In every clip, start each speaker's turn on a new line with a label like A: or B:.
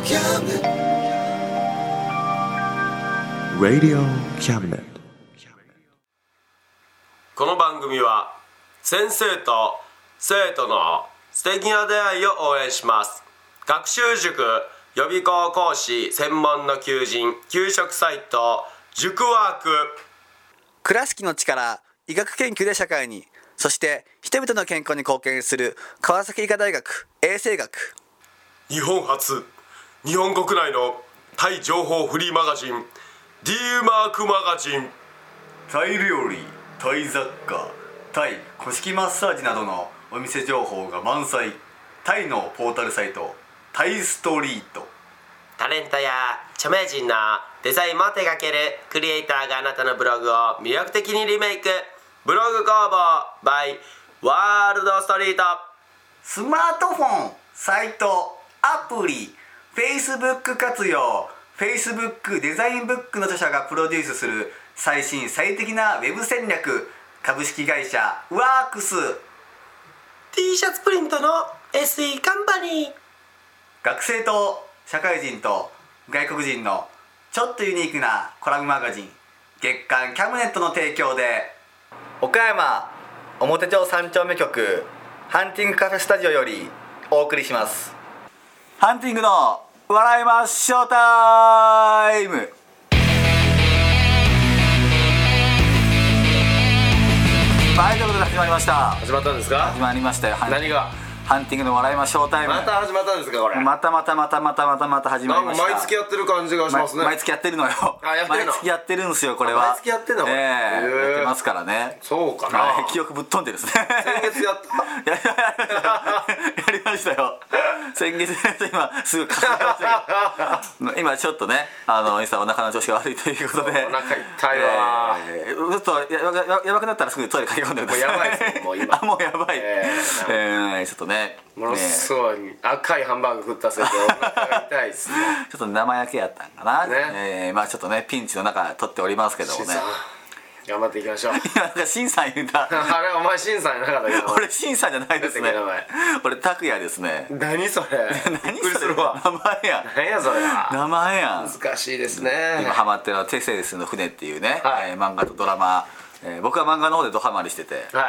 A: Radio Cabinet。
B: この番組は先生と生徒の素敵な出会いを応援します。学習塾予備校講師専門の求人・給食サイト塾ワーク。
C: 倉敷の力、医学研究で社会に、そして人々の健康に貢献する川崎医科大学衛生学。
B: 日本初、日本国内のタイ情報フリーマガジン D マークマガジン。
C: タイ料理、タイ雑貨、タイ古式マッサージなどのお店情報が満載。タイのポータルサイトタイストリート。
B: タレントや著名人のデザインも手掛けるクリエイターがあなたのブログを魅力的にリメイク。ブログ工房 by ワールドストリート。
C: スマートフォン、サイト、アプリ、Facebook 活用。 Facebook デザインブックの著者がプロデュースする最新最適なウェブ戦略。株式会社ワークス。
B: T シャツプリントの SE カンパニー。
C: 学生と社会人と外国人のちょっとユニークなコラムマガジン月刊キャムネットの提供で、岡山表町3丁目局ハンティングカフェスタジオよりお送りします。ハンティングの笑いましょうタイム。はい、ということで始まりました。
B: 始まったんですか？
C: 始まりましたよ。
B: 何が？
C: ハンティングの笑いましょうタイム。
B: また始まったんですかこれ？
C: また始まりました。
B: 毎月やってる感じがしますね。
C: 毎月やってるのよ。
B: あ、やってるの？
C: 毎月やってるんですよこれは。
B: 毎月やってんの？
C: やってますからね。
B: そうかな。
C: 記憶ぶっ飛んでですね。
B: 先月やった？
C: やりましたよ。先月今すぐ稼ぎましたけど今ちょっとねインスタお腹の調子が悪いということで
B: お腹痛いわ。
C: ちょっとやばくなったらすぐトイレ駆け込んでるんです。
B: もうやばいですもう今。
C: もうやばい。ちょっとね
B: ものすごい赤いハンバーグ食ったせいでお腹が痛いっすね。
C: ちょっと生焼けやったんかな、
B: ね。
C: まあちょっとねピンチの中取っておりますけどもね。
B: 頑張っていきましょう。
C: いやなんかシンさん言うた。
B: あれお前シンさんじゃなかったけど。
C: 俺シンさんじゃないですね。
B: 名前
C: 俺拓也ですね。
B: 何それ？
C: 何
B: びっくりするわ。
C: 名前やん。
B: 何やそれ。
C: 名前やん。
B: 難しいですね。
C: 今ハマってるのはテセウスの船っていうね、
B: はい、
C: 漫画とドラマ、僕は漫画の方でドハマりしてて、
B: はい、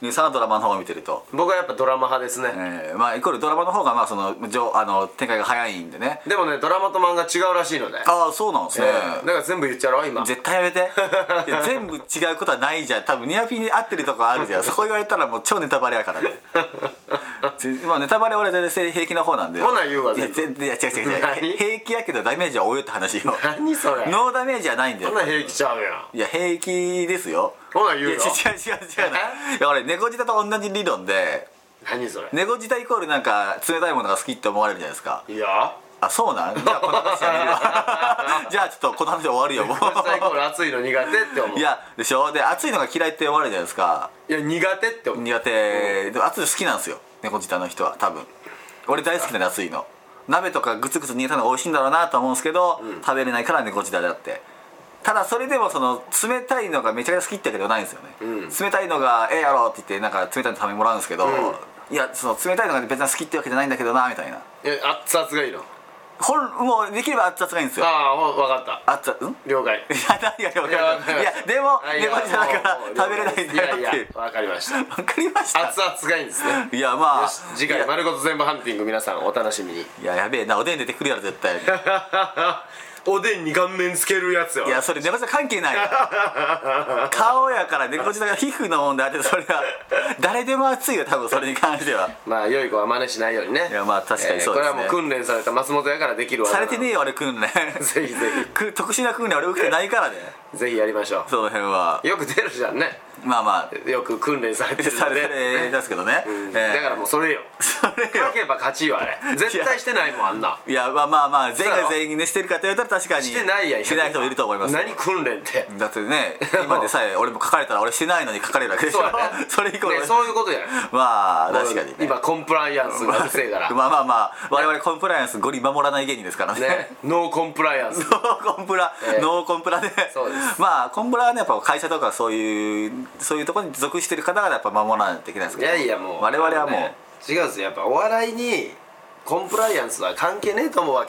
C: そのドラマの方を見てると
B: 僕はやっぱドラマ派ですね。
C: まあイコールドラマの方がまあその展開が早いんでね。
B: でもねドラマと漫画違うらしいので。
C: ああそうなんですね。
B: だから全部言っちゃろ今。
C: 絶対やめて。いや全部違うことはないじゃん。多分ニアピンに合ってるとこあるじゃん。そこ言われたらもう超ネタバレやからね。まあネタバレは俺全然平気な方なんで。
B: ほな言うわ。
C: いや全然違う平気やけどダメージは負うよって話よ。
B: 何それ。
C: ノーダメージはないんだよ。
B: ほな平気ちゃうやん。
C: いや平気ですよ。
B: ほな言うよ。
C: いや違ういや俺猫舌と同じ理論で。
B: 何それ。
C: 猫舌イコールなんか冷たいものが好きって思われるじゃないですか。
B: いや
C: あ、そうなん？じゃあこの話やめるわ。じゃあちょっとこの話終わるよもう。
B: 猫舌イコール熱いの苦手って思う。
C: いやでしょ。で熱いのが嫌いって思われるじゃないですか。
B: いや苦手って思う。
C: 苦手。でも熱いの好きなんですよ猫舌の人は多分。俺大好きなの熱いの。鍋とかグツグツ煮えたのが美味しいんだろうなと思うんですけど、食べれないから猫舌であって。ただそれでもその冷たいのがめちゃくちゃ好きってわけではないんですよね、冷たいのがやろうって言ってなんか冷たいの食べもらうんですけど、いやその冷たいのが別に好きってわけじゃないんだけどなみたいな。
B: 熱々がいいの。
C: もうできれば熱々がいいんですよ。
B: ああ分かった。
C: 熱々
B: 了解。
C: いや何が了解。いやでも猫舌だから食べれないんだよっていう。
B: 分かりました。
C: 分かりました。
B: 熱々がいいんですね。
C: いやまあ
B: 次回丸ごと全部ハンティング皆さんお楽しみに。
C: いややべえなおでん出てくるやろ絶対。
B: おでんに顔面つけるやつよ。
C: いやそれ猫舌関係ない。顔やから猫舌が皮膚の問題でそれは誰でも熱いよ多分それに関しては。
B: まあ良い子は真似しないようにね。
C: いやまあ確かにそうですね、
B: これはもう訓練された松本やからできるわ。
C: されてねえよ俺訓練。
B: ぜひぜひ
C: 特殊な訓練俺受けてないからね。
B: ぜひやりましょう。
C: その辺は
B: よく出るじゃんね。
C: まあま
B: あよく訓練されてるんで
C: されてですけどね、
B: だからもうそれよ。
C: それよ
B: 書けば勝ちよあれ。絶対してないもんあんな。
C: いやまあ全員が全員ねしてるかと言ったら確かに
B: してないやん。
C: してない人もいると思います。
B: 何訓練って。
C: だってね今でさえ俺も書かれたら俺してないのに書かれるわけでしょ。それ以降ね
B: そういうことや。
C: まあ確かに
B: 今コンプライアンスがうるせえから
C: まあ我々コンプライアンスゴリ守らない芸人ですからね。
B: ノーコンプライアンス。
C: ノーコンプラで
B: そうです。
C: まあコンプラはねやっぱ会社とかそういうところに属してる方がやっぱ守らないといけないですけど。
B: いやもう
C: 我々はもう
B: 違うんですよ。やっぱお笑いにコンプライアンスは関係ねえと思うわけ。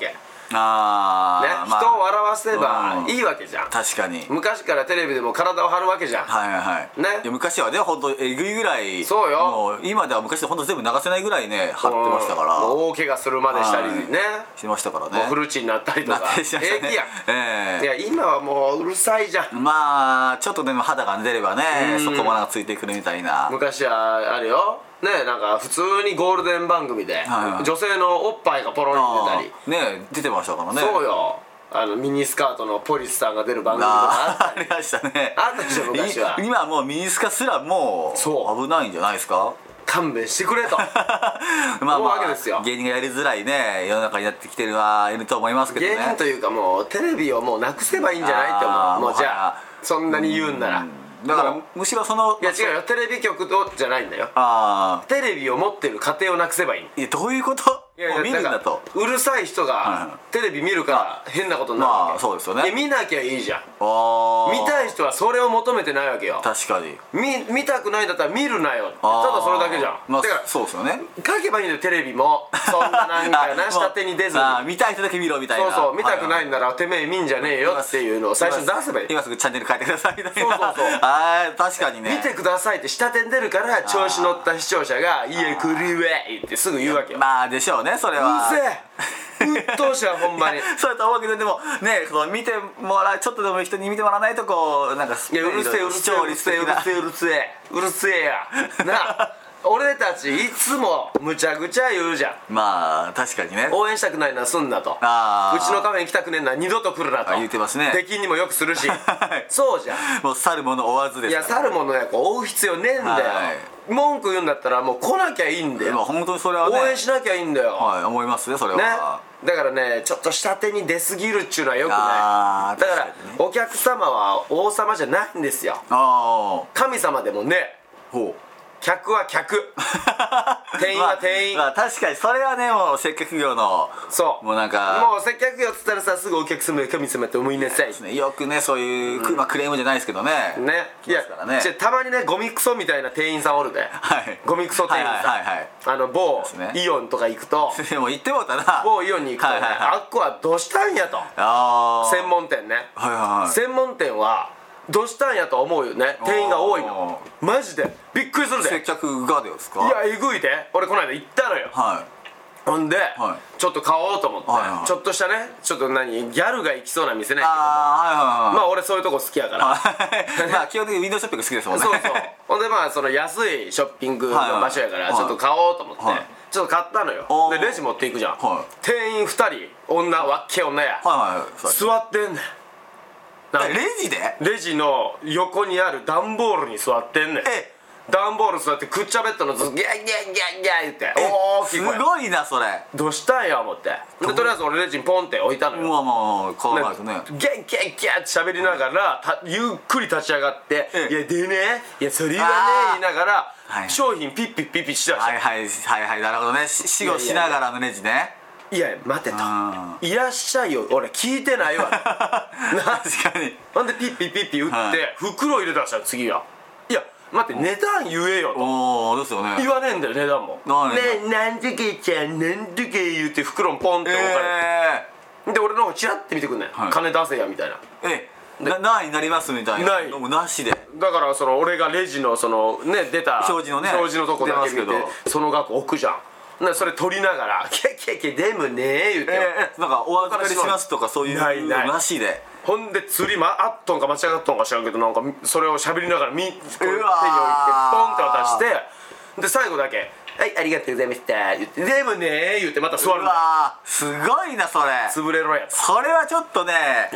B: 人を笑わせばいいわけじゃん。
C: 確かに
B: 昔からテレビでも体を張るわけじゃん。
C: はいはいはい
B: ね。
C: いや昔はね本当えぐいぐらい、
B: そうよ。
C: もう今では昔で本当全部流せないぐらいね張ってましたから、
B: もう大怪我するまでしたりね、
C: してましたからね。
B: もうフルチになったりとか
C: なってましたね
B: 平気やん。いや今はもううるさいじゃん。
C: まあちょっとでも肌が出ればね、そこもなんかついてくるみたいな。
B: 昔はあれよね、なんか普通にゴールデン番組で、
C: はい
B: 女性のおっぱいがポロリ出たり
C: ね出てましたからね。
B: そうよ、ミニスカートのポリスさんが出る番組とか
C: ありましたね。
B: あったでしょ昔は。
C: 今はもうミニスカすらもう
B: そう
C: 危ないんじゃないですか。
B: 勘弁してくれと
C: まあま
B: 思うわけですよ。
C: あ芸人がやりづらいね世の中になってきてるはいると思いますけどね。
B: 芸人というかもうテレビをもうなくせばいいんじゃないって思う。もうじゃあそんなに言うんなら
C: だからむしろその
B: いや違うよ、テレビ局とじゃないんだよ。テレビを持ってる家庭をなくせばいい。
C: いやどういうこと。
B: いやいや
C: 見るんだと
B: うるさい人がテレビ見るから変なことになるわけ。
C: まあそうですよね。
B: いや見なきゃいいじゃん。
C: 見
B: 見たい人はそれを求めてないわけよ。
C: 確かに
B: 見たくないんだったら見るなよ、ただそれだけじゃん。
C: まあ
B: だから
C: そうですよね。
B: 書けばいいんだよテレビも。そんななんかな下手に出ずに
C: 見たい人だけ見ろみたいな。
B: そうそう、見たくないんならてめえ見んじゃねえよっていうのを最初に出せばいい。
C: 今すぐチャンネル変えてくださいみたいな。
B: そうそうそう
C: はい確かにね。
B: 見てくださいって下手に出るから調子乗った視聴者が「いやこれは」ってすぐ言うわけよ。
C: まあでしょうねそれは。
B: うるせえうっとうしいわほんまに。
C: そうだと思うけどでもねその見てもらうちょっとでも人に見てもらわないとこうなんか
B: いやうるせえうるせえうるせえうるせえうるせえうるせえやな。俺たちいつもむちゃくちゃ言うじゃん。
C: まあ確かにね。
B: 応援したくないのはすんなと、うちのカフェに来たくねえのは二度と来るなと
C: 言ってますね。
B: 敵にもよくするしそうじゃん。
C: もう去るもの追わずです
B: いや去るものや追う必要ねえんだよ、文句言うんだったらもう来なきゃいいんだよ。
C: 本当にそれはね
B: 応援しなきゃいいんだよ。
C: はい思いますねそれは
B: ね、だからねちょっと下手に出過ぎるっちゅうのはよくない。だからお客様は王様じゃないんですよ。神様でもね
C: ほう
B: 客は客店員は店員、
C: まあ確かにそれはねもう接客業の
B: そう
C: もうなんか
B: もう接客業っつったらさすぐお客様が神様って思いなさい、
C: よくねそういう、まあ、クレームじゃないですけどね
B: いやたまにねゴミクソみたいな店員さんおるで、ゴミクソ店員さん某イオンとか行くと
C: でも行ってもうたな
B: 某イオンに行くとねあっこはどうしたんやと専門店ね専門店はどうしたんやと思うよね。店員が多いのマジでびっくりするで。
C: 接客がですか。
B: いやえぐいで。俺この間行ったのよ。ほんでちょっと買おうと思ってちょっとしたねちょっとギャルが行きそうな店ね。まあ俺そういうとこ好きやからま
C: あ基本的にウィンドウショッピング好きですもんね。
B: そうそうほんでまあその安いショッピングの場所やからちょっと買おうと思ってちょっと買ったのよ。でレジ持っていくじゃん。店員2人女わっけ女や座ってんねん。
C: レジで
B: レジの横にある段ボールに座ってんねん。段ボール座ってクッチャベッドのずギャギャギャギャ言って大きい声
C: すごいなそれ。
B: どうしたんや思ってでとりあえず俺レジにポンって置いたのよ。
C: まあまあ買わないですね。
B: ギャギャギャって喋りながらゆっくり立ち上がって「いやでねいやそれはね」言いながら商品ピッピッピッピッしてたし
C: はいなるほどね。死後しながらのレジね。
B: いや待てといらっしゃいよ俺聞いてないわ
C: 確かに。
B: なんでピッピッピッピ打って袋入れたしたら次はいや待って値段言えよと
C: おおですよね。
B: 言わねえんだよ値段もねえなんでけちゃんなんでけ言って袋にポンって置かれてで俺の方チラッて見てくんねん金出せやみたいな
C: 何になりますみたいなのもなしで
B: だからその俺がレジのそのね出た表示のとこだけ見てその額置くじゃん。それ取りながら「ケケケでもねえ」言うて
C: なんかお預かりしますとかそういうのなしで
B: ほんで釣りあっとんか間違っとんか知らんけどなんかそれをしゃべりながら手に置いてポンって渡してで最後だけ「はいありがとうございました」言って「でもね」言ってまた座るんだ。
C: すごいなそれ。
B: 潰れろやつ
C: それはちょっとね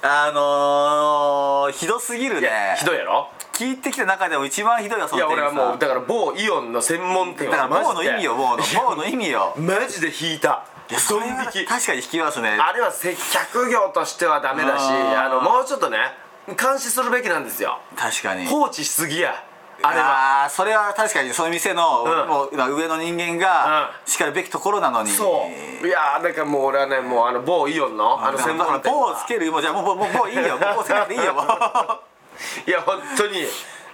C: ひどすぎるね。
B: ひどいやろ。
C: 聞いてきた中でも一番ひどいわ。
B: いや俺はもうだから某イオンの専門店は
C: だから某の意味よ某の意味よ
B: マジで引いた。
C: それは確かに引きますね。
B: あれは接客業としてはダメだしもうちょっとね監視するべきなんですよ。
C: 確かに
B: 放置しすぎやあれは。
C: それは確かにその店のもう上の人間がしかるべきところなのに。
B: そういやだからもう俺はねもう某イオンの専門店
C: 某つけるもうじゃあもういいよ某つけなくていいよもう
B: いや本当に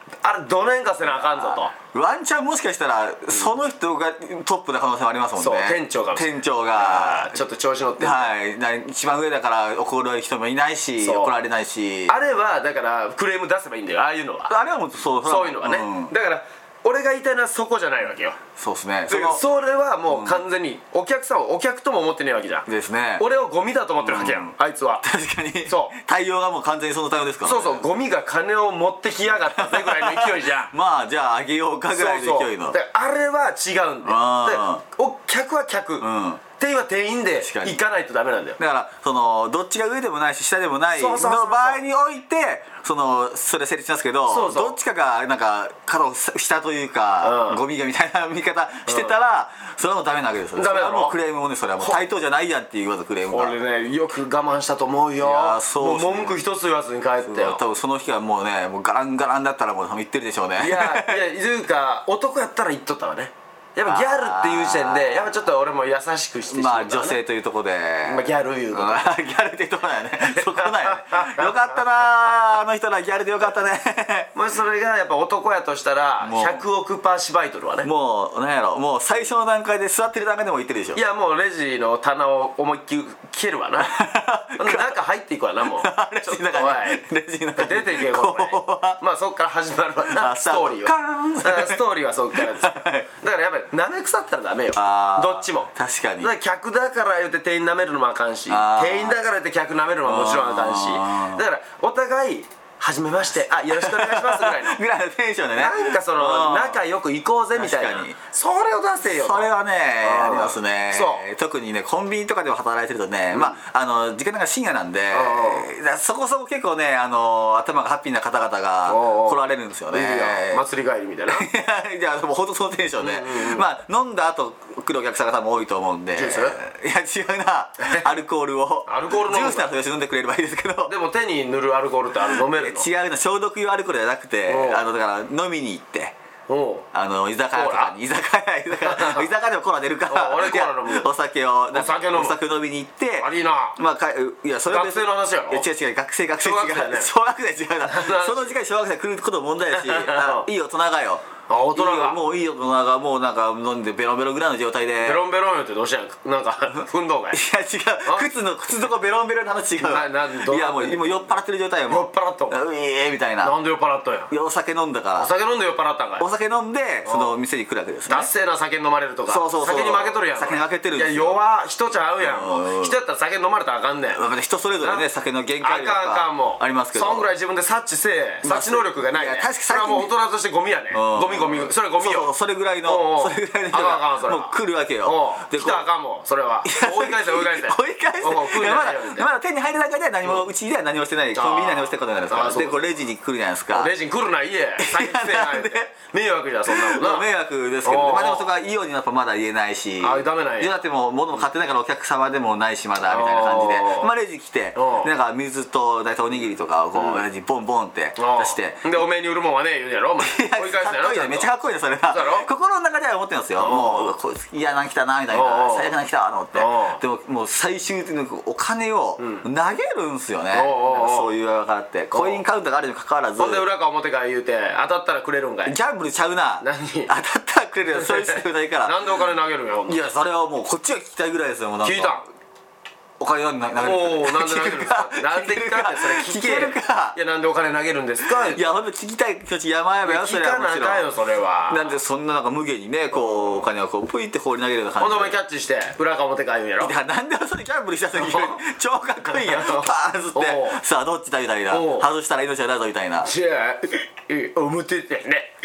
B: あれどねんかせなあかんぞと。
C: ワンチャンもしかしたらその人がトップな可能性もありますもんね。
B: そう店長かもしれない。
C: 店長が
B: ちょっと調子乗ってる、
C: 一番上だから怒る人もいないし
B: そう
C: 怒られないし、
B: あれはだからクレーム出せばいいんだよ、ああいうのは。
C: あれはもう
B: そういうのはね、だから俺が言いたいのはそこじゃないわけよ。
C: そうですね。
B: それはもう完全にお客さんをお客とも思ってねえわけじゃん。
C: ですね。
B: 俺をゴミだと思ってるわけやん、あいつは。
C: 確かに
B: そう
C: 対応がもう完全にその対応ですからね。
B: そうゴミが金を持ってきやがったぜぐらいの勢いじゃん
C: まあじゃああげようかぐらいの勢いの。
B: だからあれは違うんだよ。お客は客、店員は店員で行かないとダメなんだよ。
C: だからどっちが上でもないし下でもないの場合においてそれ成立しますけど、どっちかがなんか下というか、ゴミがみたいな見方してたら、それはもうダメなわけですよ。
B: ダメだろ。
C: それはもうクレームもね、それはもう対等じゃないやんっていうクレームが。
B: 俺ねよく我慢したと思うよ。
C: いやそう
B: もう文句一つ言わずに帰ってよ。
C: 多分その日はもうね、もうガランガランだったらもう言ってるでしょうね。
B: いやいうか男やったら言っとったわね。やっぱギャルっていう時点でやっぱちょっと俺も優しくしてしまった、ね、
C: 女性というところで、
B: ギャルいうこと
C: ギャルっていうところだよね。そこだよね。よかったなあの人らギャルでよかったね。
B: もしそれがやっぱ男やとしたら100億パーシバイトルはね、
C: もうなんやろ、もう最初の段階で座ってる段階でも言ってるでしょ。
B: いやもうレジの棚を思いっきり蹴るわな。中入っていくわな、もう
C: レジの中にレジの中に
B: 出ていけよこれ。まあそっから始まるわな、ストーリーは。ストーリーはそっからです。だからやっぱりなめ腐ったらダメよ、どっちも。
C: 確かに。
B: だから客だから言って店員なめるのもあかんし、店員だから言って客なめるのももちろんあかんし、だからお互い初めまして、よろしくお願いしますぐらいの
C: ぐらいのテンションでね、
B: なんか仲良く行こうぜみたいな、それを出せよ。
C: それはねありますね。特にねコンビニとかでも働いてるとね、時間が深夜なんで、そこそこ結構ね頭がハッピーな方々が来られるんですよね。
B: 祭り帰りみたいな。
C: いやでも本当そのテンションで、飲んだ後来るお客さんが多分多いと思うんで。
B: ジュース？
C: いや違うな、アルコールを。
B: アルコール
C: ジュースなら飲んでくれればいいですけど。
B: でも手に塗るアルコールって飲めるの？
C: 違うな、消毒用アルコールじゃなくて、だから飲みに行って、居酒屋とかに居酒屋でもコーラ出るから
B: 俺コーラ飲む。
C: お酒飲みに行って、
B: ありいな。
C: いやそれは
B: 学生の話やろ。
C: 違う学生違う、小学生違うな。その時間に小学生来ることも問題だし、いい大人がよ、大人がもういい大人がもうなんか飲んでベロンベロンぐらいの状態で。
B: ベロンベロンよってどうしたんや、なんか運動会。い
C: や違う、靴のとこベロンベロンの話違う。いやもう酔っ払ってる状態よ。
B: 酔っ払ったん？
C: みたいな。
B: なんで酔っ払ったんや。
C: お酒飲んだから。
B: お酒飲んで酔っ払ったんかい。
C: お酒飲んでその店に来るわけですね。
B: ダッセーな酒飲まれるとか。
C: そう
B: 酒に負けとるやん。
C: 酒に負けてるんです
B: よ。いや弱人ちゃうやん。人やったら酒飲まれたらあかんねん。
C: 人それぞれね、酒の限界
B: 力がありますけど、そんぐらい自分で察知せえ。察知能力がないね。確かにそれはもう大人としてゴミやね。ゴミそれゴミよ。
C: それぐらいの人がもう来るわけよ。
B: 来たらあかんもんそれは。追い返せ
C: まだ手に入る中では何も、うちでは何もしてない、コンビニ何もしてることないですから。でこれレジに来るじゃないですか。
B: レジに来るな、家最低ないで迷惑じゃん、そんなのな。
C: 迷惑ですけど、でもそこはいいようにやっぱまだ言えないし、
B: ダメなんや。
C: だってもう物も買ってないからお客様でもないしまだみたいな感じで、レジ来てなんか水と大体おにぎりとかをこうレジボンボンって出して、
B: でおめえに売るもんはねえ言うんやろ。追い返せやろ。
C: めっちゃかっこいいねそれが。心の中では思ってるんですよ。もうこいつ嫌なん来たなみたいな、最悪な来たと思って。でももう最終的にお金を投げるんすよね。そういう分かってコインカウンターがあるにもかかわらず、
B: ほんで裏か表か言うて当たったらくれるんかい。
C: ギャンブルちゃうな。
B: 何？
C: 当たったらくれるよ。そういうシステムないから。
B: なんでお金投げるんや。
C: いやそれはもうこっちが聞きたいぐらいですよ。もうなんか
B: 聞いた。
C: お金投げるんですか。
B: なんで投げるんですか。なんで聞かってそれ聞けるか。いやなんでお金投げるんですか。
C: いやほんと聞きたい気持ち山々よ。
B: 聞かなあかんよそれは。
C: なんでそんななんか無限にねこうお金をこうプイって放り投げるような感じ。
B: ほんでお前キャッチして裏か表か言うんやろ。
C: いやなんでそれギャンブルした時超かっこいいやん。パーンつってさあどっちだみたいな、外したら命がないぞみたいな。
B: じゃあ表だよね。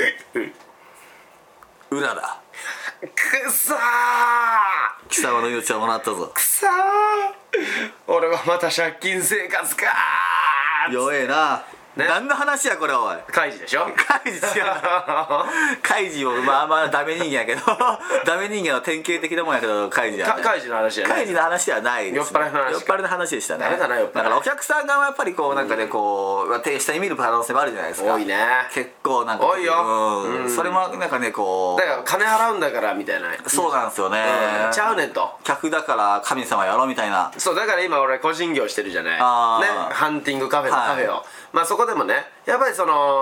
C: 裏だ。
B: くそー、
C: 貴様の命はもらったぞ。
B: くそー、俺はまた借金生活かー。
C: 弱えな。何の話やこれおい。
B: カイジでしょ。
C: カイジ違う。カイジもまあダメ人間やけどダメ人間の典型的なもんやけどカイジはね。
B: カイジの話やね。
C: カイジの話ではないです。
B: 酔っ払いの話。
C: 酔っ払いの話でしたね。
B: ダメだな酔っ払い。
C: だからお客さんがやっぱりこうなんかねこう手下に見る可能性もあるじゃないですか。
B: 多いね。
C: 結構なんか
B: 多いよ。
C: それもなんかねこう。
B: だから金払うんだからみたいな。
C: そうなんですよね。
B: ちゃうねんと。
C: 客だから神様やろみたいな。
B: そうだから今俺個人業してるじゃない。ね、ハンティングカフェのカフェを。まあそこでもねやっぱりその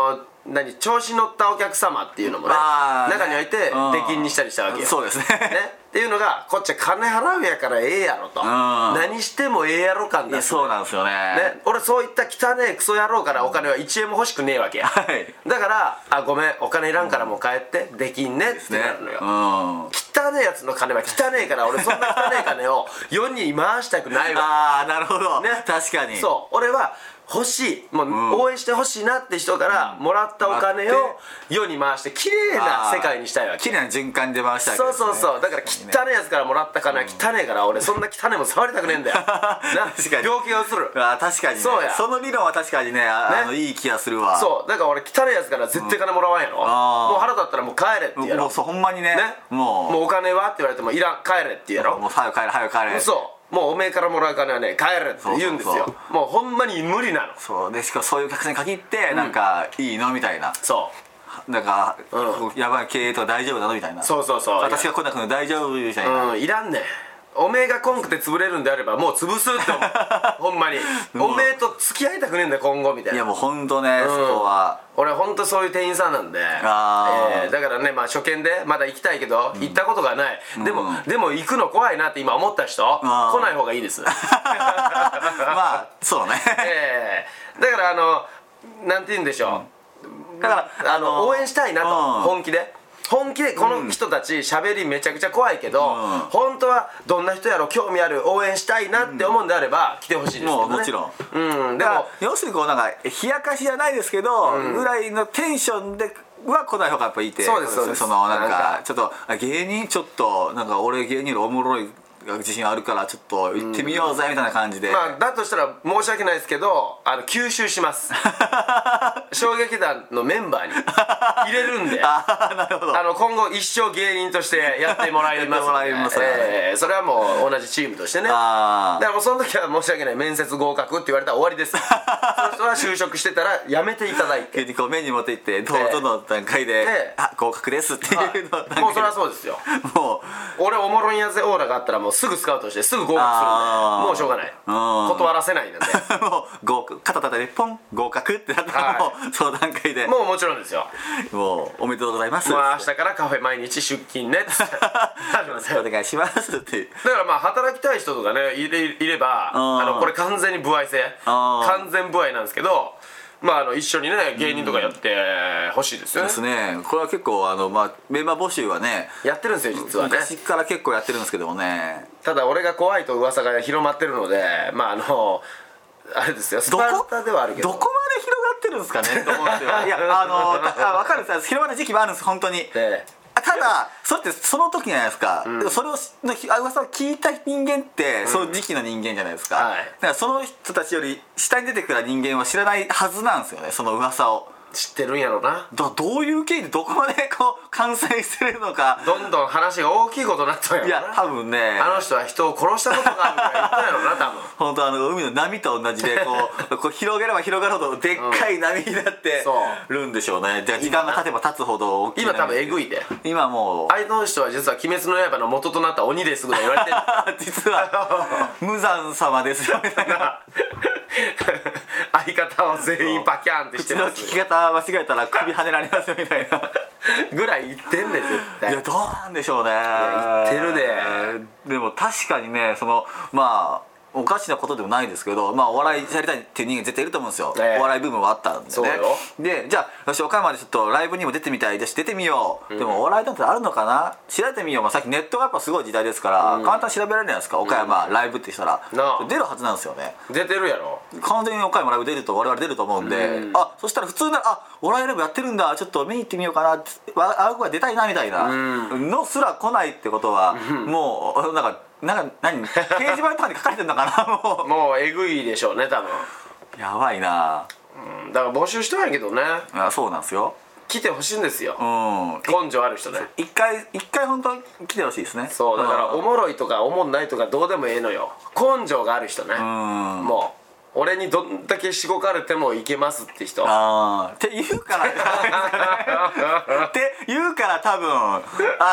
B: 調子乗ったお客様っていうのもね中にはいて出禁にしたりしたわけよ。
C: そうですね
B: っていうのがこっちは金払うやからええやろと、何してもええやろ感だ。
C: そうなんですよね。
B: 俺そういった汚ねえクソ野郎からお金は1円も欲しくねえわけや、だからごめんお金いらんからもう帰ってできんねってなるのよ。汚ねえやつの金は汚ねえから俺そんな汚ねえ金を世に回したくないわ。
C: なるほど、確かに。
B: そう俺は欲しいもう応援してほしいなって人からもらったお金を世に回して綺麗な世界にしたいわけ。
C: 綺麗な循環で回したいわけですね。
B: そうだから汚いやつからもらった金は汚いから俺そんな汚いもん触りたくねえんだよ
C: 確かに
B: 病気がうつる。
C: 確かにね。
B: そうや
C: その理論は確かにねいい気がするわ。
B: そうだから俺汚いやつから絶対金もらわんやろ。もう腹立ったらもう帰れって言うやろ。
C: もうそうほんまにね
B: もうお金はって言われてもいらん帰れって言うやろ。
C: もう早く帰れ早く帰れ。
B: そうもうおめえからもらう金はね帰れって言うんですよ。もうほんまに無理なの。
C: そうでしかもそういうお客さんに限ってなんかいいのみたいな。
B: そう
C: なんかやばい経営とか大丈夫なのみたいな。
B: そう
C: 私が来なくて大丈夫みたいな。
B: いらんねん。おめえがこんくて潰れるんであればもう潰すって思うほんまにおめえと付き合いたくねえんだよ今後みたいな。
C: いやもうほんとねそこは
B: 俺ほんとそういう店員さんなんでだからね初見でまだ行きたいけど行ったことがない、でも行くの怖いなって今思った人来ない方がいいですま
C: あそうね
B: だからなんて言うんでしょう、だから応援したいなと本気でこの人たち喋りめちゃくちゃ怖いけど本当はどんな人やろ興味ある応援したいなって思うんであれば来てほしいですけどね。
C: もちろんでも要するにこうなんか冷やかしじゃないですけどぐらいのテンションでは来ない方がやっぱいて。
B: そうです
C: そのなんかちょっと芸人ちょっとなんか俺芸人よりおもろい自信あるからちょっと行ってみようぜみたいな感じで、
B: だとしたら申し訳ないですけど吸収します衝撃団のメンバーに入れるんで
C: なるほど
B: 今後一生芸人としてやってもらいますそれはもう同じチームとしてね。だからもうその時は申し訳ない面接合格って言われたら終わりですその人は就職してたらやめていただいて
C: こう目に持っていってどの段階で合格ですっていうの
B: もうそれはそうですよ。もう俺おもろいやつオーラがあったらもうすぐスカウトしてすぐ合格するんでもうしょうがない断らせないので
C: もう肩叩いてポン合格ってなったらもうその段階で
B: もちろんですよ。
C: もうおめでとうございます
B: もう明日からカフェ毎日出勤ねって
C: お願いしますって
B: だから働きたい人とかねいればこれ完全に歩合制完全歩合なんですけど一緒にね芸人とかやってほしいですよね。
C: ですね。これは結構メンバー募集はね
B: やってるんですよ実はね。
C: 昔から結構やってるんですけどもね。
B: ただ俺が怖いと噂が広まってるのであれですよスパルタではあるけど
C: どこまで広がってるんですかねと思うんですよ。いや分かるんです広まった時期もあるんです本当に。ただそれってその時じゃないですか、それを噂を聞いた人間ってその時期の人間じゃないですか、だからその人たちより下に出てくる人間は知らないはずなんですよねその噂を。
B: 知ってるんやろな。
C: どういう経緯でどこまでこう完成してるのか
B: どんどん話が大きいことになったんやろな。
C: いや多分ね
B: あの人は人を殺したことがあるから言ったんやろな多分
C: 本当海の波と同じでこう広げれば広がるほどでっかい波になってるんでしょうね。時間が経てば経つほど大きい
B: 今多分えぐいで
C: 今もう
B: あの人は実は「鬼滅の刃」の元となった鬼ですぐらい言われてる
C: 実は無惨様ですよみたいな
B: 相方を全員パキャンってしてます。
C: 口の聞き方間違えたら首跳ねられますよみたいな
B: ぐらい言ってんねん絶対。
C: いやどうなんでしょうね。
B: 言ってるで。
C: でも確かにねおかしなことでもないですけどお笑いやりたいっていう人間絶対いると思うんですよ、お笑いブームはあったんでね。でじゃあ私岡山でちょっとライブにも出てみたいです出てみよう、でもお笑いなんてあるのかな調べてみよう、さっきネットがやっぱすごい時代ですから、簡単に調べられるじゃないですか岡山、ライブってしたら出るはずなんですよね。
B: 出てるやろ
C: 完全に岡山ライブ出ると我々出ると思うんで、そしたら普通なお笑いライブやってるんだちょっと見に行ってみようかなあぐらい出たいなみたいなのすら来ないってことは、もうなんか何掲示板とかに書かれてるのかな
B: もうえぐいでしょうね多分。
C: やばいな。
B: だから募集してないけどね。
C: そうなんですよ。
B: 来てほしいんですよ。根性ある人ね。
C: 一回本当来てほしいですね。
B: そうだからおもろいとかおもんないとかどうでもええのよ。根性がある人ね。もう俺にどんだけしごかれてもいけますって人。って
C: 言うからって言うから多分ちょっ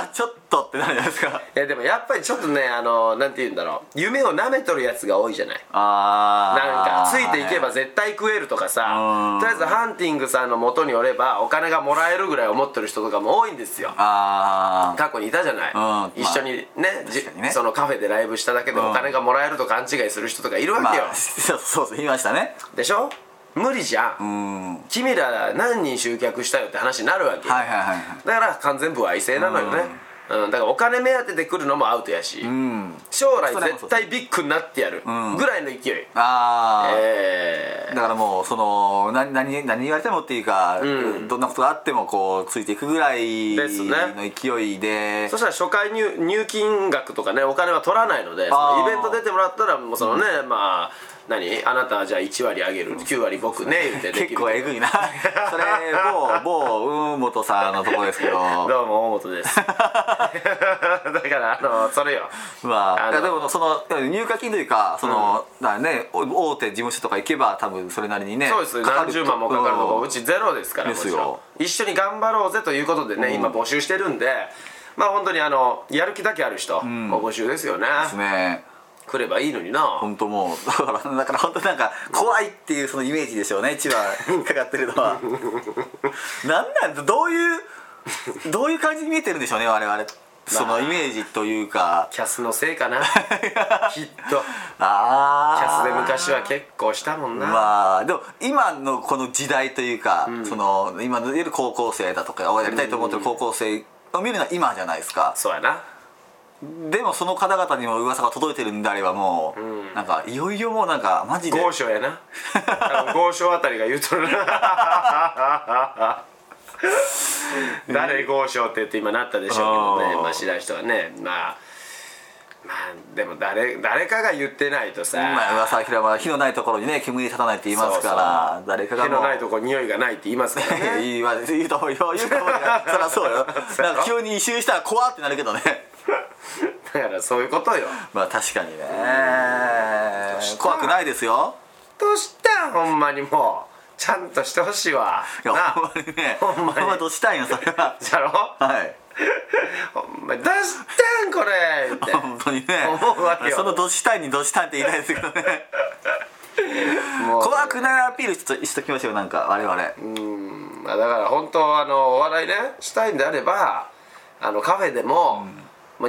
C: とってなるじゃないですか。
B: いやでもやっぱりちょっとねなんて言うんだろう、夢を舐めとるやつが多いじゃない。なんかついていけば絶対食えるとかさ、とりあえずハンティングさんの元におればお金がもらえるぐらい思ってる人とかも多いんですよ。過去にいたじゃない、一緒にね、そのカフェでライブしただけでお金がもらえると勘違いする人とかいるわけよ、
C: そう言いましたね。
B: でしょ。無理じゃん、君ら何人集客したよって話になるわけよ、だから完全歩合制なのよね。だからお金目当てで来るのもアウトやし、将来絶対ビッグになってやるぐらいの勢い。だ
C: からもうその何言われてもっていうか、どんなことがあってもこうついていくぐらいの勢いで、
B: そしたら初回入金額とかね、お金は取らないので、そのイベント出てもらったらもうそのね、まああなたはじゃあ1割あげる、9割僕ね言ってできる。
C: 結構えぐいなそれ某本さんのとこですけど
B: どうも大本ですだからそれよ。
C: でもその入荷金というかその、ね、大手事務所とか行けば多分それなりにね、
B: そうです、何十万もかかるとこうちゼロですから。もちろん一緒に頑張ろうぜということでね、今募集してるんで、まあ本当にやる気だけある人、募集ですよね。
C: ですね。来
B: ればいいのにな。
C: 本当もうだから本当なんか怖いっていうそのイメージでしょうね、一番かかってるのはなんどういう感じに見えてるんでしょうね、我々そのイメージというか。
B: キャスのせいかなきっと。キャスで昔は結構したもんな。
C: まあでも今のこの時代というか、その今のいる高校生だとかやりたいと思ってる高校生を見るのは今じゃないですか。
B: そうやな。
C: でもその方々にも噂が届いてるんであればもう、なんかいよいよもうなんかマジで
B: 豪商やな豪商あたりが言うとるな誰豪商って言って今なったでしょうけどね、まあ知らん人はね、まあでも誰かが言ってないとさ、
C: 噂は広まる、火のないところにね煙立たないって言いますから、誰かが
B: 火のないところに匂いがないって言いますからね
C: 言うと思うよ、そりゃそうよなんか急に異臭したら怖ってなるけどね
B: だからそういうことよ。
C: まあ確かにね、怖くないですよ。
B: どうしたんほんまに、もうちゃんとしてほしいわ。
C: いやほんまにね、ほんまどうしたいのそれは。
B: じゃろ。
C: はい
B: ほんまどうしたんこれって
C: 本当にね
B: 思うわけよ。
C: そのどうしたいにどうしたんって言いたいですけどね怖くないアピールしときましょう、なんか我々。
B: だから本当お笑いねしたいんであればカフェでも、もう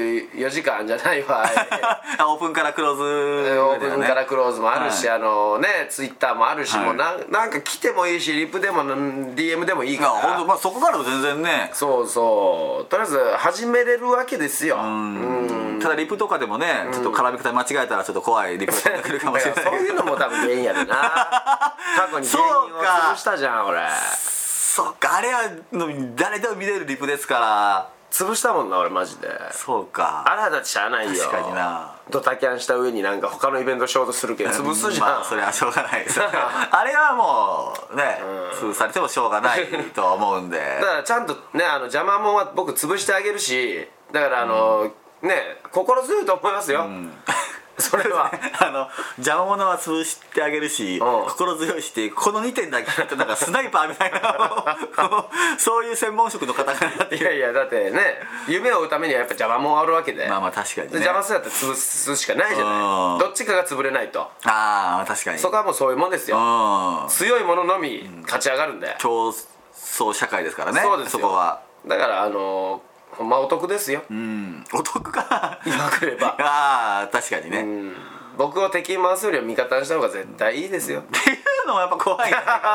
B: 24時間じゃないわ
C: オープンからクローズ、
B: オープンからクローズもあるし、ね、ツイッターもあるし、もうなんか来てもいいし、リプでも DM でもいいから、
C: まあそこからも全然ね、
B: そうとりあえず始めれるわけですよ。
C: ただリプとかでもね、ちょっと絡み方間違えたらちょっと怖いリプが出てくるかもしれない
B: そういうのも多分原因やでな過去に芸人を潰したじゃん俺。
C: そっか、あれは誰でも見れるリプですから
B: 潰したもんな俺マジで。
C: そうか、
B: あらだってしゃあないよ。
C: 確かにな。
B: ドタキャンした上になんか他のイベントしようとするけど潰すじゃん。
C: まあそれはしょうがないですあれはもうね、潰されてもしょうがないとは思うんで
B: だからちゃんとね邪魔もんは僕潰してあげるし、だからね心強いと思いますよ、それは
C: 邪魔者は潰してあげるし、心強いしってこの2点だけってなんかスナイパーみたいなそういう専門職の方がなって
B: いやだってね夢を追うためにはやっぱ邪魔者はあるわけで、
C: まあ確かにね、
B: 邪魔するやったら潰すしかないじゃない。どっちかが潰れないと。
C: 確かに
B: そこはもうそういうもんですよ。強い者のみ勝ち上がるんで、
C: 競争社会ですからね。
B: そうですよ。
C: そこは
B: だからほんまお得ですよ。
C: お得か
B: 今来れば
C: 確かにね、
B: 僕を敵に回すよりは味方にした方が絶対いいですよ
C: っていうのもやっぱ怖い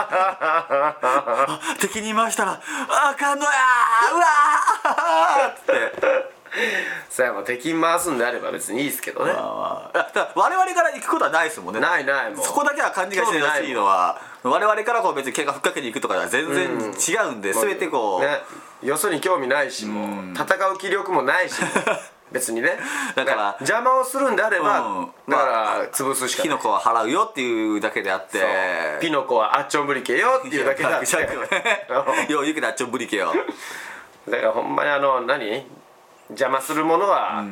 C: 敵に回したらあかんのやうわーって
B: さあもう敵に回すんであれば別にいいですけどね。
C: だから我々から行くことはないですもんね。
B: ないもう
C: そこだけは勘違いしてほしいのは、我々からこう別に喧嘩ふっかけに行くとかは全然違うんで、全てこう
B: ね、よそに興味ないし、もう戦う気力もないし別にね、
C: だから
B: 邪魔をするんであれば、だから潰すしかない。
C: 火の粉は払うよっていうだけであって、
B: ピノコはあっちょんぶりけよっていうだけであって
C: よう言うけどあっちょんぶりけよ。
B: だからほんまに邪魔するものは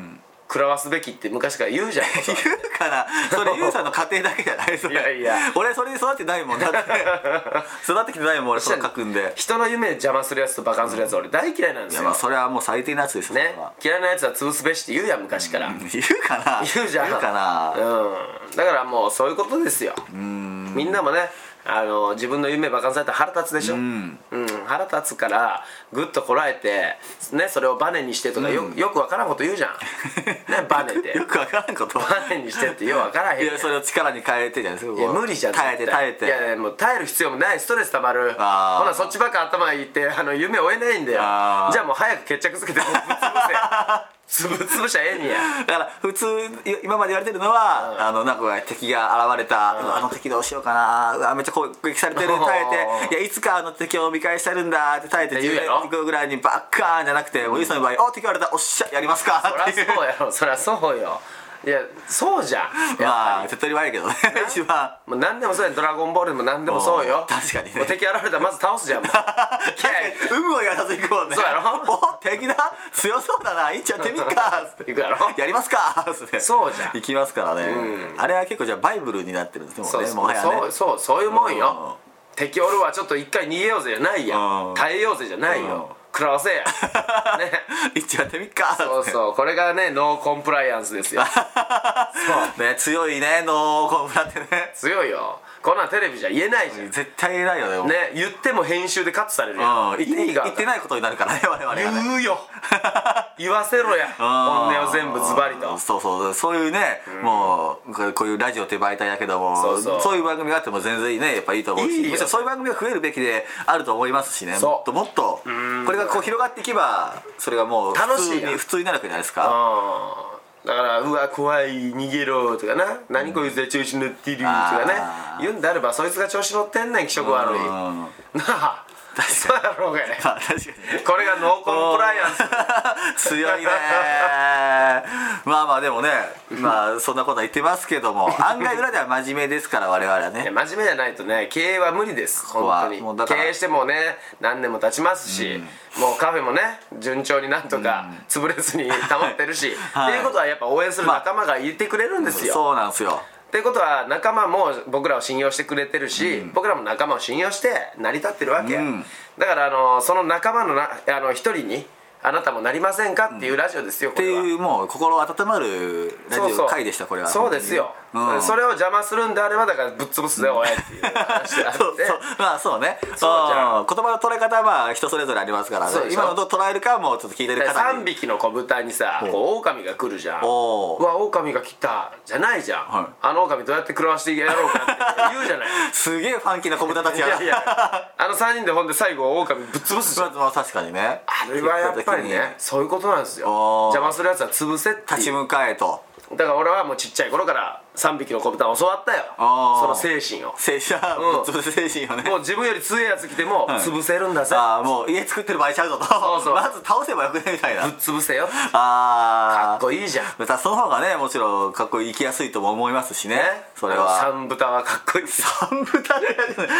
B: 食らわすべきって昔から言うじゃん
C: 言うかな。それゆうさんの家庭だけじゃないそれ。
B: いやいや
C: 俺それで育ってないもんだって育ってきてないもん俺その書くんで。
B: 人の夢邪魔するやつとバカンするやつ俺大嫌いなんですよ。
C: いやまあそれはもう最低なやつですよ
B: ね、嫌いなやつは潰すべしって言うやん昔から、
C: 言うかな。
B: 言うじゃん。
C: 言うかな。
B: だからもうそういうことですよ。みんなもね自分の夢バカンされたら腹立つでしょ。腹立つからグッとこらえてね、それをバネにしてとかよくわからんこと言うじゃんね、バネで
C: よくわからんこと
B: バネにしてってよくわからへん。
C: いやそれを力に変えてじゃないですか。
B: いや無理じゃん。
C: 耐えて
B: いやもう耐える必要もない。ストレスたまる。ほなそっちばっか頭いって夢追えないんだよ。じゃあもう早く決着つけてぶっ潰しゃええんや。
C: だから普通今まで言われてるのは、なんか敵が現れた、敵どうしようかな、めっちゃ攻撃されてる、耐えて、いやいつか敵を見返してるんだって耐えて10年行くぐらいにバッカーンじゃなくて、おじさんの場合敵言われた、おっしゃやりますかっていう。
B: そりゃそうやろ、そりゃそうよ。いやそうじゃん。
C: まあ手っ取り悪いけどね一番
B: もう何でもそうや。ドラゴンボールでも何でもそうよ。
C: 確かにね。
B: もう敵現れたらまず倒すじゃんもう
C: 有無を言わさず行くもんね。
B: そうやろ。
C: お敵だ強そうだな、いっちゃってみっかって
B: 行くやろ。
C: やりますかって
B: そうじゃん
C: 行きますからね。あれは結構じゃあバイブルになってるんですもんね、もはやね。
B: そういうもんよ。敵おるわちょっと一回逃げようぜじゃないやん。耐えようぜじゃないよ。食らわせやね。
C: 一応やってみっか。
B: そうこれがねノーコンプライアンスですよ
C: そうね、強いねノーコンプラってね。
B: 強いよ。こんなんテレビじゃ言えないじゃん。
C: 絶対言えないよね。
B: ね、言っても編集でカットされるやん。
C: 言ってないことになるからね我々がね。
B: 言うよ言わせろや本音を全部ズバリと。
C: そういうね、もうこういうラジオっていう媒体だけども、そういう番組があっても全然ねやっぱいいと思うし、むしろそういう番組が増えるべきであると思いますしね。もっともっとこれがこう広がっていけばそれがもう普通になるわけじゃないですか。
B: だからうわ怖い逃げろとかな、何こいつで調子乗ってるとかね言うんであれば、そいつが調子乗ってんねん気色悪いなあ。そうやろうがね。
C: 確かに
B: これがノーコンプライアンス
C: 強いねまあでもね、まあそんなことは言ってますけども案外裏では真面目ですから我々はね。
B: 真面目じゃないとね経営は無理です本当に。経営してもね何年も経ちますし、もうカフェもね順調になんとか潰れずに保ってるし、っていうことはやっぱ応援する仲間がいてくれるんですよ。
C: そうなんですよ。
B: っていうことは仲間も僕らを信用してくれてるし、僕らも仲間を信用して成り立ってるわけや、だからその仲間の一人にあなたもなりませんかっていうラジオですよ、これは。
C: っていうもう心温まるラジオ回でした。これは
B: そうですよ、それを邪魔するんであればだからぶっ潰すぜおいっていう話であって
C: まあそうね、言
B: じゃん。
C: 葉の捉え方はまあ人それぞれありますからね。今のどう捉えるかもちょっと聞いてる方に。
B: 3匹の子豚にさ狼が来るじゃん。うわ狼が来たじゃないじゃん、狼どうやって食らわしてやろうかって言うじゃない
C: すげえファンキーな子豚たちやな。
B: いや3人でほんで最後狼ぶっ潰すじゃん。
C: まあ確かにね。
B: あれはやっぱりねそういうことなんですよ。邪魔するやつは潰せって
C: 立ち向かえと。
B: だから俺はもうちっちゃい頃から3匹の子豚を教わったよ、その精神を。
C: 精神をね。
B: もう自分より強いやつ来ても潰せるんだぜ。
C: もう家作ってる場合ちゃうぞと。
B: そう
C: まず倒せばよくねみたいな。
B: ぶっ潰せよ。
C: か
B: かっこいいじゃん。
C: その方がねもちろんかっこいい生きやすいとも思いますしね。それは
B: 3豚はかっこいい。
C: 3豚かっこいい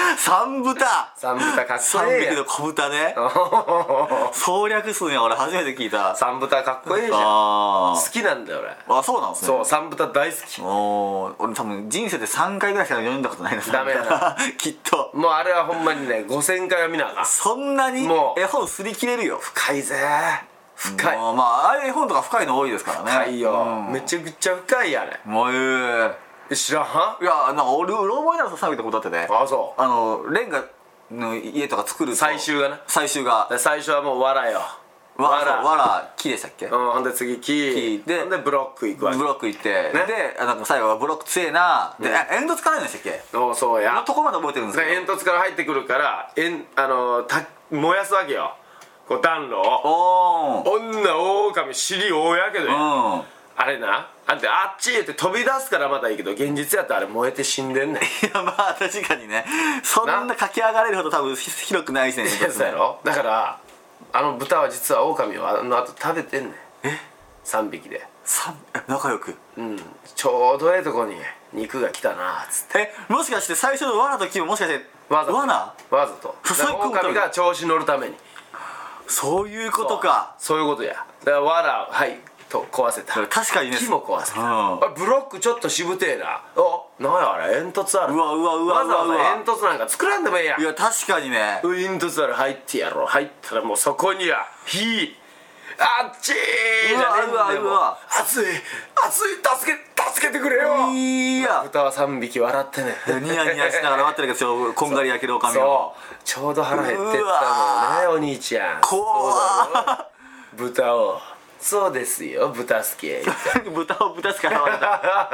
B: 3
C: 匹の子豚ね。総略数には俺初めて聞いた。
B: 3豚かっこいいじゃん。好きなんだよ俺。
C: そうなんですね。
B: そう3豚大好き。
C: 俺多分人生で3回ぐらいしか読んだことないな。
B: ダメだな
C: きっと。
B: もうあれはほんまにね5000回は見なあかん。
C: そんなに絵本すり切れるよ。
B: 深いぜ深い。
C: まあああいう絵本とか深いの多いですからね。
B: 深いよ、めちゃくちゃ深いやね。
C: もう
B: 知らんは
C: いやなんか俺うろ覚えなのさ3人のことだってね。
B: そう
C: レンガの家とか作ると
B: 最終がね。
C: 最初は
B: もうわらよ。
C: わら木でしたっけ。
B: ほんで次木でブロック行くわけ。
C: ブロック行ってでなんか最後はブロック強えなで煙突からないんでしたっけ。
B: そうや
C: のとこまで覚えてるんですけど
B: 煙突から入ってくるから燃やすわけよこう暖炉を。女狼尻大やけどや。あれなあっちへって飛び出すからまだいいけど現実やったらあれ燃えて死んでんねん。
C: いやまあ確かにねそんな駆け上がれるほど多分広くないしね。
B: そうやろ。だから豚は実は狼をあと食べてんねん。3匹で
C: 仲良く。
B: ちょうどええとこに肉が来たなっつって。
C: もしかして最初の罠と木ももしかして
B: わざと狼が調子乗るために。
C: そういうことか。
B: そういうことや。だから藁はいと壊せた。
C: 確かにね
B: 木も壊せた、
C: うん
B: ブロックちょっとしぶてえな。なんやあれ煙突ある。
C: うわ
B: わざわざ煙突なんか作らんでもええやん。
C: いや確かにね
B: 煙突ある入ってやろう。入ったらもうそこには火あっちーじゃねえんだよ。
C: うわ
B: 熱い助けてくれよ。
C: いや
B: 豚は3匹笑ってね
C: ニヤニヤしながら待ってるけどこんがり焼けるおかみ
B: そ
C: を
B: うちょうど腹減ってったのよねお兄ちゃん。
C: 怖
B: 豚をそうですよ豚すけ
C: 豚を豚しか現れ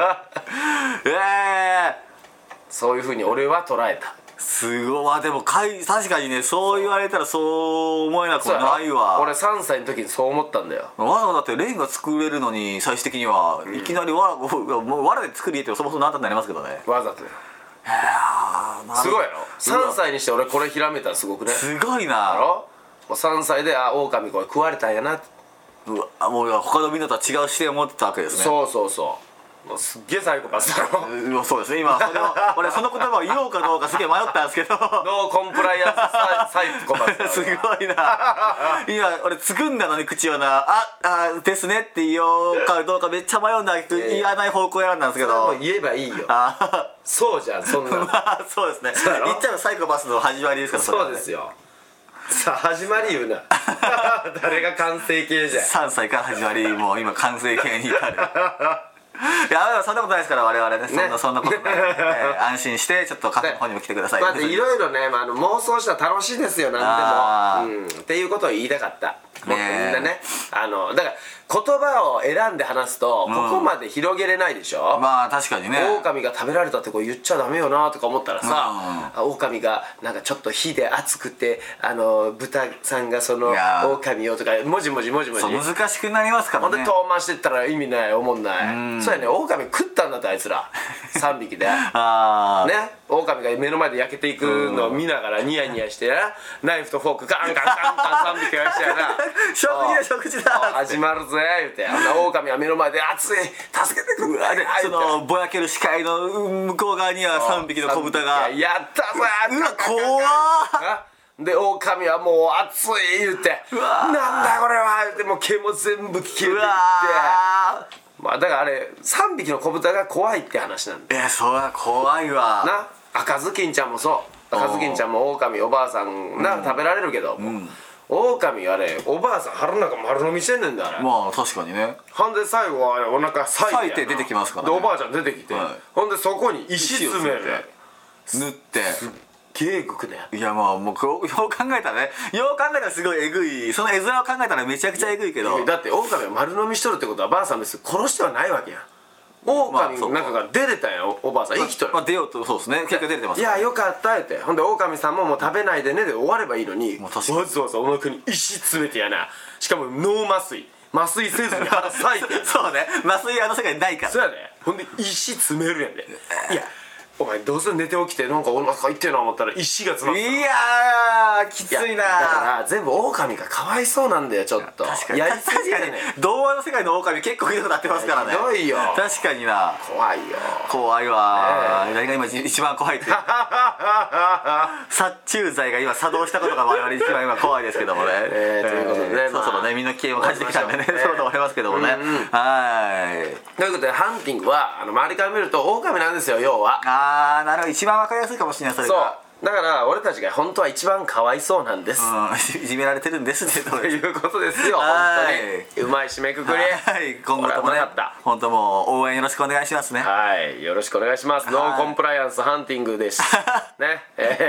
C: た
B: そういうふうに俺は捉えた。
C: すごい。まあでも確かにねそう言われたらそう思えなくもないわ。
B: 俺3歳の時にそう思ったんだよ。
C: わらだってレンガ作れるのに最終的にはいきなりわらもうわらで作りってそもそも何だってなりますけどね。
B: わざとよ。すごいやろ。3歳にして俺これひらめいたらすごくね。
C: すごい
B: だ
C: な。
B: ろ。もう3歳で狼これ食われたんやなって。
C: うわもう他のみんなとは違う視点を持ってたわけですね。
B: そうもうすっげえサイコパスだろ。
C: そうですね。今それを俺その言葉を言おうかどうかすげえ迷ったんですけど
B: ノーコンプライアンスサイコパス
C: すごいな。今俺つくんだのに口をなあですねって言おうかどうかめっちゃ迷うんだけど言わない方向選んだんですけど
B: もう言えばいいよ。そうじゃんそんなの
C: そうですね。
B: そうやろ
C: 言っちゃうサイコパスの始まりですから。
B: そうですよ。さあ始まり言うな誰が完成形じゃん。
C: 3歳から始まりもう今完成形に至るいやそんなことないですから我々ねそんなことない、安心してちょっとカフェの方にも来てください。
B: まあいろいろね、妄想したら楽しいですよ何でも、っていうことを言いたかった。もっとみんなねだから言葉を選んで話すとここまで広げれないでしょ。
C: まあ確かにね。
B: 狼が食べられたってこう言っちゃダメよなとか思ったらさ、狼がなんかちょっと火で熱くて豚さんがその狼をとかもじもじ
C: そう難しくなりますからね。
B: ほんで遠回してったら意味ない思んない。そうやね狼食ったんだってあいつら3匹でね狼が目の前で焼けていくのを見ながらニヤニヤしてナイフとフォークガンガンガンガン3匹がしてやな
C: 食事だ
B: 始まるぜ言うて狼は目の前で熱い助けてくれ
C: そのぼやける視界の向こう側には3匹の子豚が
B: やったぜ
C: うわ怖
B: っで狼はもう熱い言うてなんだこれは言うてもう毛も全部消えていってまあだからあれ3匹の子豚が怖いって話なんだよ。
C: それは怖いわ
B: な赤ずきんちゃんもそう赤ずきんちゃんも狼おばあさんな食べられるけど狼あれおばあさん腹の中丸飲みしてんねんだあれ。
C: まあ確かにね。
B: ほんで最後はあれお腹裂いて
C: 出てきますからね。
B: でおばあちゃん出てきてほんでそこに石詰める
C: 塗って
B: すっげえグクね。
C: いやまあもうよう考えたらねよう考えたらすごいえぐいその絵面を考えたらめちゃくちゃえぐいけど
B: だって狼は丸飲みしとるってことはばあさん別に殺してはないわけやん。狼の中から出れたんやおばあさん生きとる。
C: 出ようとそうですね結果出れてます。
B: いやよかったってほんで狼さんももう食べないでねで終わればいいのにわざわざお腹に石詰めてやな。しかも脳麻酔せずに腹裂いて
C: そうね麻酔世界にないから
B: そうやで。ほんで石詰めるやんでいやお前どうせ寝て起きてなんかお腹痛いな思ったら石が詰まって
C: いやーきついな。
B: だから全部狼がかわいそうなんだよちょっと。
C: 確かに
B: やりすぎやね
C: 童話の世界の狼結構ひどくなってますからね。
B: ひどいよ
C: 確かにな
B: 怖いよ
C: 怖いわ、何が今一番怖いって殺虫剤が今作動したことが我々一番今怖いですけどもね、
B: ということでね
C: そろそろね身の危険を感じてきたんでねそろそろ終わりますけどもね、はい
B: ということでハンティングは周りから見ると狼なんですよ要は。
C: なるほど一番わかりやすいかもしれないそれ
B: そう
C: が。
B: だから俺たちが本当は一番かわいそうなんです、
C: いじめられてるんですね
B: ということですよ本当にうまい締めくくり。
C: はい今後ともね本当もう応援よろしくお願いしますね。
B: はいよろしくお願いします。ノーコンプライアンスハンティングですね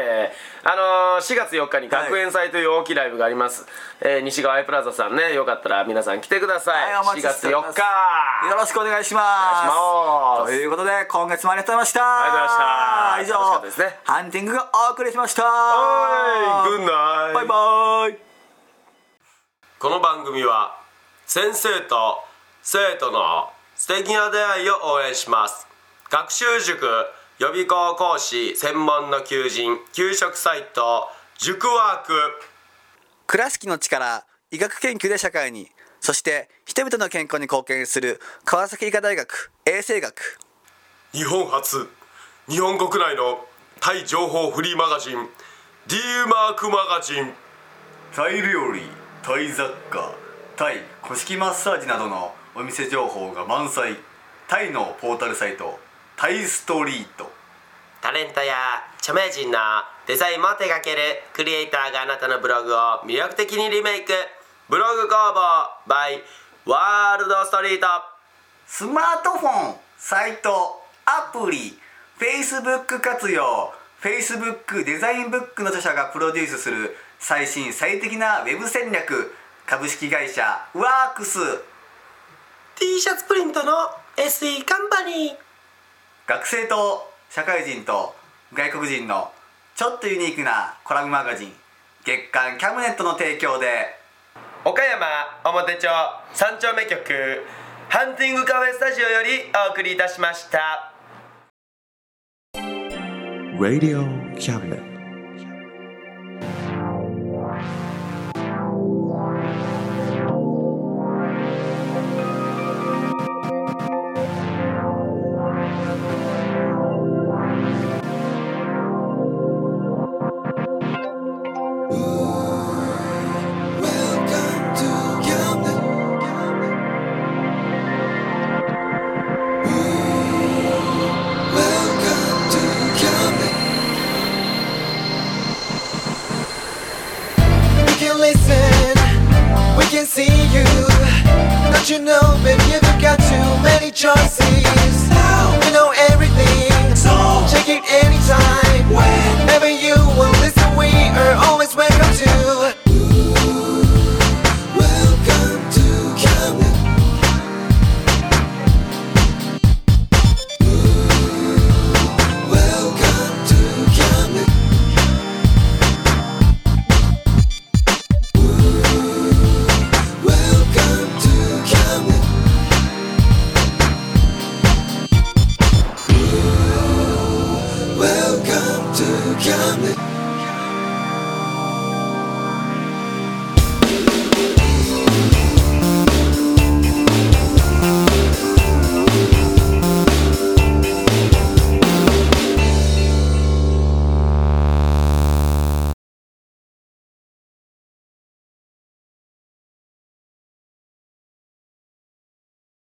B: 4月4日に学園祭という大きいライブがあります、西側アイプラザさんねよかったら皆さん来てください、4月4日
C: よろしくお願いしますということで今月もありがとうございました。
B: ありがとうございました。
C: 以上
B: 楽しかったですね。
C: ハンティングがお送りしました。
B: はいグッナイ
C: バイバイ。
B: この番組は先生と生徒の素敵な出会いを応援します。学習塾予備校講師専門の求人給食サイト塾ワーク。
C: 倉敷の力医学研究で社会にそして人々の健康に貢献する川崎医科大学衛生学。
B: 日本初日本国内のタイ情報フリーマガジン D マークマガジン。
C: タイ料理タイ雑貨タイ古式マッサージなどのお店情報が満載、タイのポータルサイトタイストリート。
B: タレントや著名人のデザインも手掛けるクリエイターがあなたのブログを魅力的にリメイク。ブログ工房 by ワールドストリート。
C: スマートフォン、サイト、アプリ、Facebook 活用、Facebook デザインブックの著者がプロデュースする最新最適なウェブ戦略。株式会社ワークス。
B: T シャツプリントの SE カンパニー。
C: 学生と社会人と外国人のちょっとユニークなコラムマガジン、月刊キャムネットの提供で
B: 岡山表町3丁目局ハンティングカフェスタジオよりお送りいたしました。
A: Radio Cabinet.
D: See you, don't you know, baby, you've got too many choices.